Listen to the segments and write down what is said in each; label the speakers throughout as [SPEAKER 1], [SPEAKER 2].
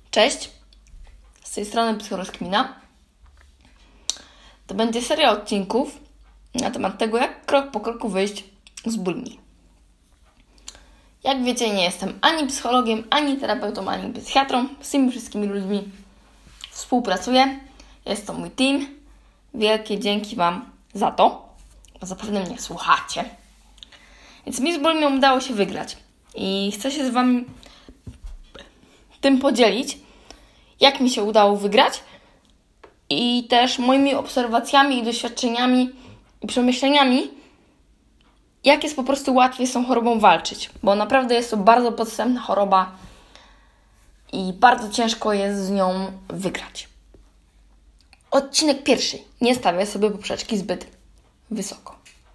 [SPEAKER 1] Cześć, z tej strony Psychologkmina. To będzie seria odcinków na temat tego, jak krok po kroku wyjść z bulimii. Jak wiecie, nie jestem ani psychologiem, ani terapeutą, ani psychiatrą. Z tymi wszystkimi ludźmi współpracuję. Jest to mój team. Wielkie dzięki Wam za to. Zapewne mnie słuchacie. Więc mi z bulimią udało się wygrać. I chcę się z Wami tym podzielić, jak mi się udało wygrać i też moimi obserwacjami i doświadczeniami i przemyśleniami, jak jest po prostu łatwiej z tą chorobą walczyć, bo naprawdę jest to bardzo podstępna choroba i bardzo ciężko jest z nią wygrać. Odcinek pierwszy. Nie stawiaj sobie poprzeczki zbyt wysoko.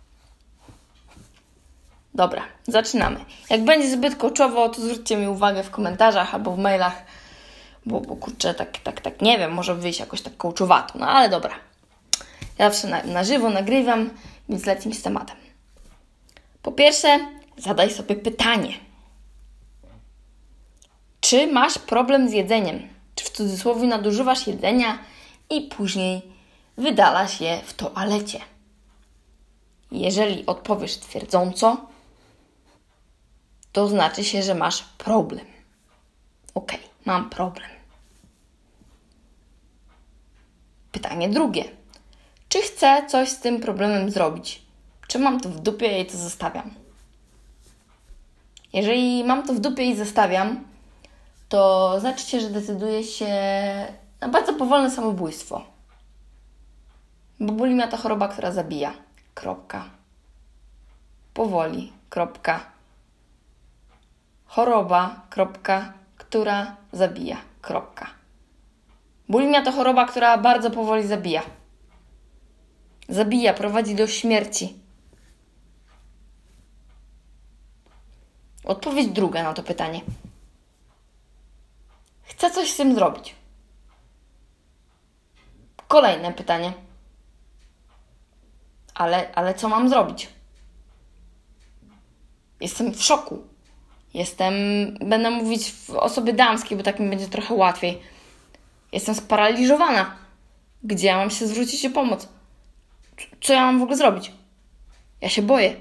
[SPEAKER 1] Dobra, zaczynamy. Jak będzie zbyt coachowo, to zwróćcie mi uwagę w komentarzach albo w mailach, bo kurczę, tak nie wiem, może wyjść jakoś tak coachowato, no ale dobra. Ja zawsze na żywo nagrywam, więc lecimy z tematem. Po pierwsze, zadaj sobie pytanie. Czy masz problem z jedzeniem? Czy w cudzysłowie nadużywasz jedzenia i później wydalasz je w toalecie? Jeżeli odpowiesz twierdząco, to znaczy się, że masz problem. Okej, mam problem. Pytanie drugie. Czy chcę coś z tym problemem zrobić? Czy mam to w dupie i to zostawiam? Jeżeli mam to w dupie i zostawiam, to znaczy się, że decyduję się na bardzo powolne samobójstwo. Bo bulimia to choroba, która zabija. Kropka. Powoli. Kropka. Choroba. Kropka. Która zabija. Kropka. Bulimia to choroba, która bardzo powoli zabija. Zabija, prowadzi do śmierci. Odpowiedź druga na to pytanie. Chcę coś z tym zrobić. Kolejne pytanie. Ale co mam zrobić? Jestem w szoku. Będę mówić w osobie damskiej, bo tak mi będzie trochę łatwiej. Jestem sparaliżowana. Gdzie ja mam się zwrócić o pomoc? Co ja mam w ogóle zrobić? Ja się boję.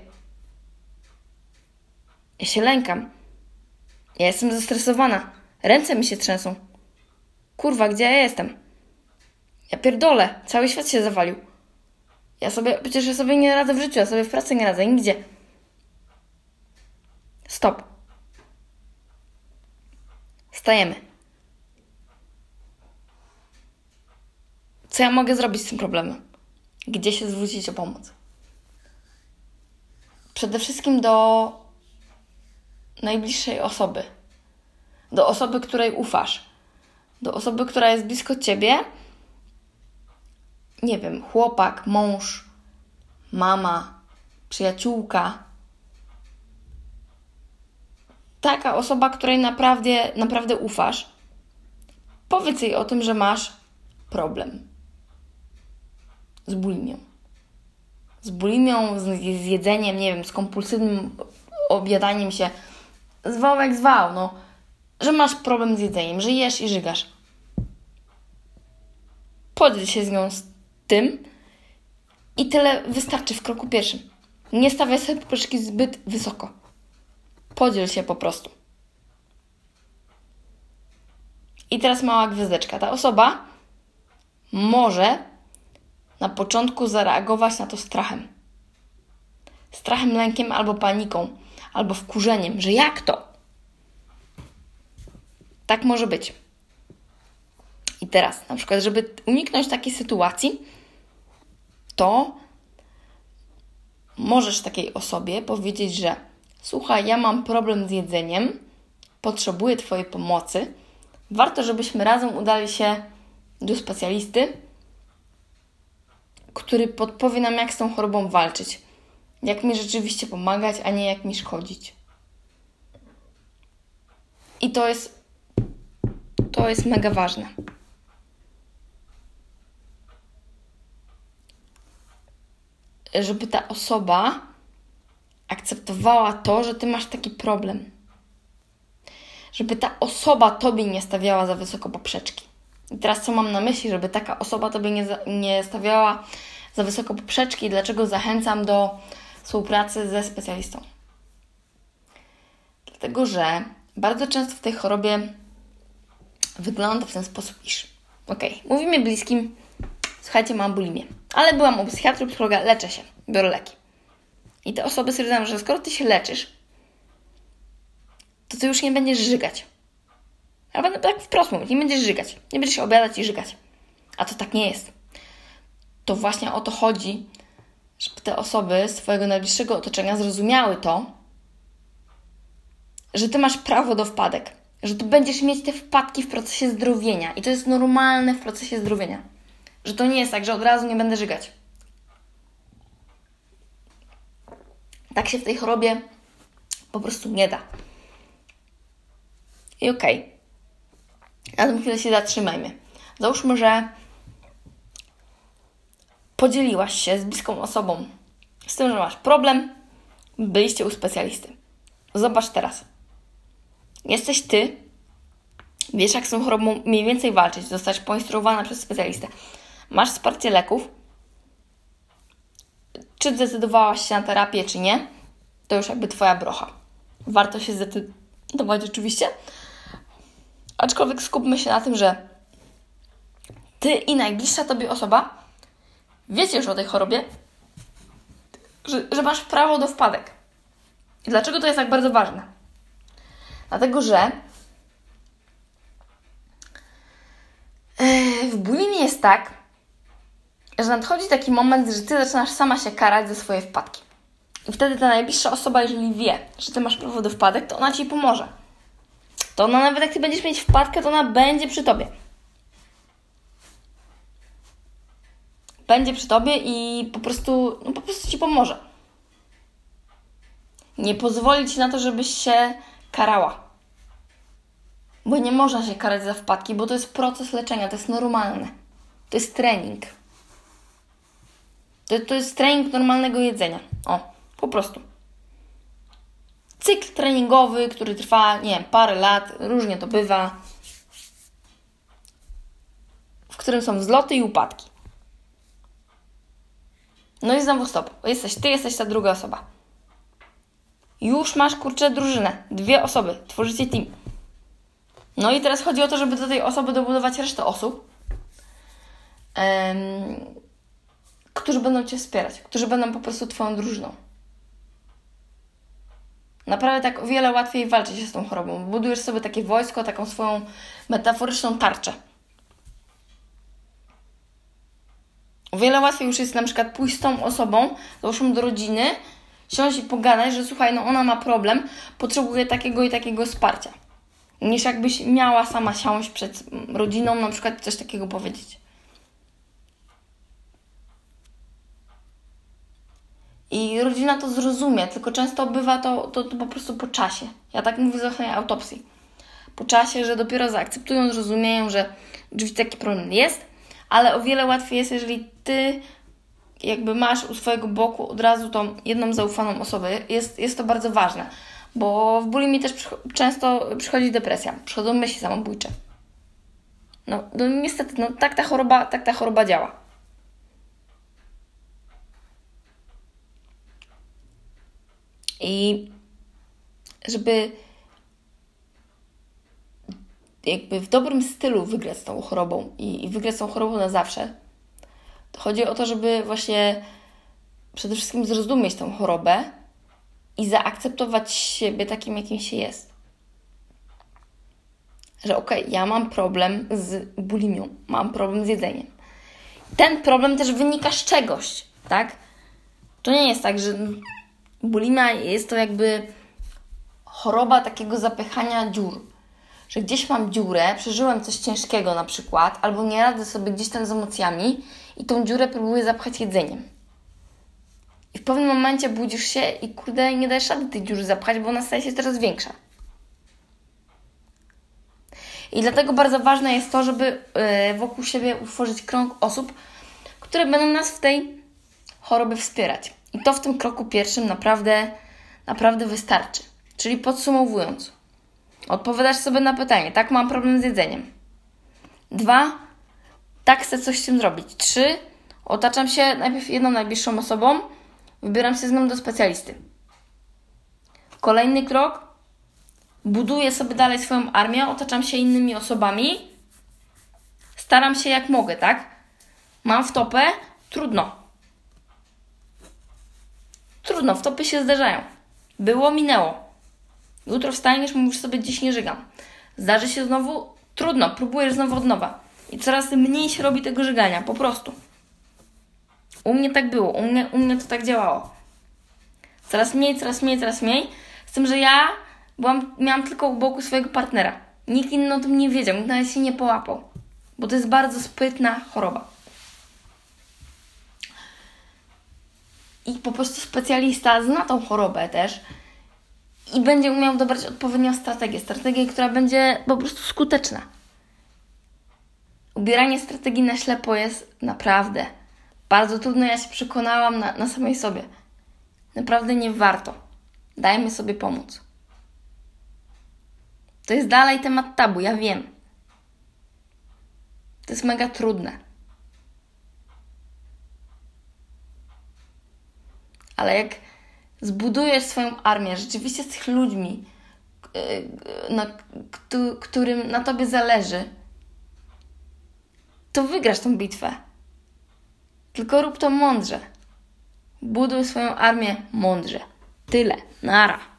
[SPEAKER 1] Ja się lękam. Ja jestem zestresowana. Ręce mi się trzęsą. Kurwa, gdzie ja jestem? Ja pierdolę. Cały świat się zawalił. Przecież ja sobie nie radzę w życiu. Ja sobie w pracy nie radzę. Nigdzie. Stop. Wstajemy. Co ja mogę zrobić z tym problemem? Gdzie się zwrócić o pomoc? Przede wszystkim do najbliższej osoby. Do osoby, której ufasz. Do osoby, która jest blisko ciebie. Nie wiem, chłopak, mąż, mama, przyjaciółka. Taka osoba, której naprawdę ufasz. Powiedz jej o tym, że masz problem. Z bulimią. Z bulimią, z jedzeniem, nie wiem, z kompulsywnym objadaniem się. Zwał jak zwał, no. Że masz problem z jedzeniem, że jesz i żygasz. Podziel się z nią z tym i tyle wystarczy w kroku pierwszym. Nie stawiaj sobie poprzeczki zbyt wysoko. Podziel się po prostu. I teraz mała gwiazdeczka. Ta osoba może na początku zareagować na to strachem. Strachem, lękiem albo paniką, albo wkurzeniem, że jak to? Tak może być. I teraz, na przykład, żeby uniknąć takiej sytuacji, to możesz takiej osobie powiedzieć, że słuchaj, ja mam problem z jedzeniem, potrzebuję Twojej pomocy, warto, żebyśmy razem udali się do specjalisty, który podpowie nam, jak z tą chorobą walczyć. Jak mi rzeczywiście pomagać, a nie jak mi szkodzić. I to jest mega ważne. Żeby ta osoba akceptowała to, że ty masz taki problem. żeby ta osoba Tobie nie stawiała za wysoko poprzeczki. I teraz co mam na myśli, żeby taka osoba Tobie nie stawiała za wysoko poprzeczki? Dlaczego zachęcam do współpracy ze specjalistą? Dlatego, że bardzo często w tej chorobie wygląda w ten sposób, iż mówimy bliskim, słuchajcie, mam bulimię, ale byłam u psychiatry, psychologa, leczę się, biorę leki. I te osoby stwierdzają, że skoro Ty się leczysz, to Ty już nie będziesz żygać. Ja będę tak wprost mówić, nie będziesz żygać. Nie będziesz się obiadać i żygać. A to tak nie jest. To właśnie o to chodzi, żeby te osoby z Twojego najbliższego otoczenia zrozumiały to, że Ty masz prawo do wpadek. Że Ty będziesz mieć te wpadki w procesie zdrowienia. I to jest normalne w procesie zdrowienia. Że to nie jest tak, że od razu nie będę żygać. Tak się w tej chorobie po prostu nie da. I na tym chwilę się zatrzymajmy. Załóżmy, że podzieliłaś się z bliską osobą z tym, że masz problem, byliście u specjalisty. Zobacz teraz. Jesteś Ty, wiesz jak z tą chorobą mniej więcej walczyć, zostać poinstruowana przez specjalistę. Masz wsparcie leków. Czy zdecydowałaś się na terapię, czy nie, to już jakby Twoja brocha. Warto się zdecydować oczywiście, aczkolwiek skupmy się na tym, że Ty i najbliższa Tobie osoba wiecie już o tej chorobie, że masz prawo do wpadek. I dlaczego to jest tak bardzo ważne? Dlatego, że w bulimii jest tak, że nadchodzi taki moment, że Ty zaczynasz sama się karać za swoje wpadki. I wtedy ta najbliższa osoba, jeżeli wie, że Ty masz prawo do wpadek, to ona Ci pomoże. To ona nawet jak Ty będziesz mieć wpadkę, to ona będzie przy Tobie. Będzie przy Tobie i po prostu Ci pomoże. Nie pozwoli Ci na to, żebyś się karała. Bo nie można się karać za wpadki, bo to jest proces leczenia, to jest normalne. To jest trening. To jest trening normalnego jedzenia. Po prostu. Cykl treningowy, który trwa, parę lat, różnie to bywa, w którym są wzloty i upadki. No i znowu stop. Jesteś Ty, jesteś ta druga osoba. Już masz, drużynę. 2 osoby. Tworzycie team. No i teraz chodzi o to, żeby do tej osoby dobudować resztę osób, którzy będą Cię wspierać, którzy będą po prostu Twoją drużyną. Naprawdę tak o wiele łatwiej walczy się z tą chorobą. Budujesz sobie takie wojsko, taką swoją metaforyczną tarczę. O wiele łatwiej już jest na przykład pójść z tą osobą, załóżmy do rodziny, siąść i pogadać, że słuchaj, ona ma problem, potrzebuje takiego i takiego wsparcia. Niż jakbyś miała sama siąść przed rodziną, na przykład coś takiego powiedzieć. I rodzina to zrozumie, tylko często bywa to po prostu po czasie. Ja tak mówię z ochrony autopsji. Po czasie, że dopiero zaakceptują, zrozumieją, że oczywiście taki problem jest, ale o wiele łatwiej jest, jeżeli Ty jakby masz u swojego boku od razu tą jedną zaufaną osobę. Jest to bardzo ważne, bo w bulimii też często przychodzi depresja, przychodzą myśli samobójcze. No niestety, tak ta choroba działa. I żeby jakby w dobrym stylu wygrać z tą chorobą i wygrać z tą chorobą na zawsze, to chodzi o to, żeby właśnie przede wszystkim zrozumieć tą chorobę i zaakceptować siebie takim, jakim się jest. Że ja mam problem z bulimią, mam problem z jedzeniem. Ten problem też wynika z czegoś, tak? To nie jest tak, że bulimia jest to jakby choroba takiego zapychania dziur. Że gdzieś mam dziurę, przeżyłem coś ciężkiego na przykład, albo nie radzę sobie gdzieś tam z emocjami i tą dziurę próbuję zapchać jedzeniem. I w pewnym momencie budzisz się i nie dajesz rady tej dziury zapchać, bo ona staje się coraz większa. I dlatego bardzo ważne jest to, żeby wokół siebie utworzyć krąg osób, które będą nas w tej chorobie wspierać. I to w tym kroku pierwszym naprawdę wystarczy. Czyli podsumowując, Odpowiadasz sobie na pytanie, tak, mam problem z jedzeniem. 2, tak, chcę coś z tym zrobić. 3, otaczam się najpierw jedną najbliższą osobą, wybieram się z nią do specjalisty. Kolejny krok, buduję sobie dalej swoją armię, otaczam się innymi osobami, staram się jak mogę, tak? Mam wtopę, trudno, wtopy się zdarzają. Było, minęło. Jutro wstajesz, mówisz sobie, dziś nie żygam. Zdarzy się znowu, trudno, próbujesz znowu od nowa. I coraz mniej się robi tego żygania, po prostu. U mnie tak było, u mnie to tak działało. Coraz mniej. Z tym, że ja miałam tylko u boku swojego partnera. Nikt inny o tym nie wiedział, nikt nawet się nie połapał. Bo to jest bardzo sprytna choroba. I po prostu specjalista zna tą chorobę też i będzie umiał dobrać odpowiednią strategię, która będzie po prostu skuteczna. Ubieranie strategii na ślepo jest naprawdę bardzo trudne. Ja się przekonałam na samej sobie. Naprawdę nie warto. Dajmy sobie pomóc. To jest dalej temat tabu, ja wiem. To jest mega trudne. Ale jak zbudujesz swoją armię rzeczywiście z tych ludźmi, którym na tobie zależy, to wygrasz tą bitwę. Tylko rób to mądrze. Buduj swoją armię mądrze. Tyle. Nara.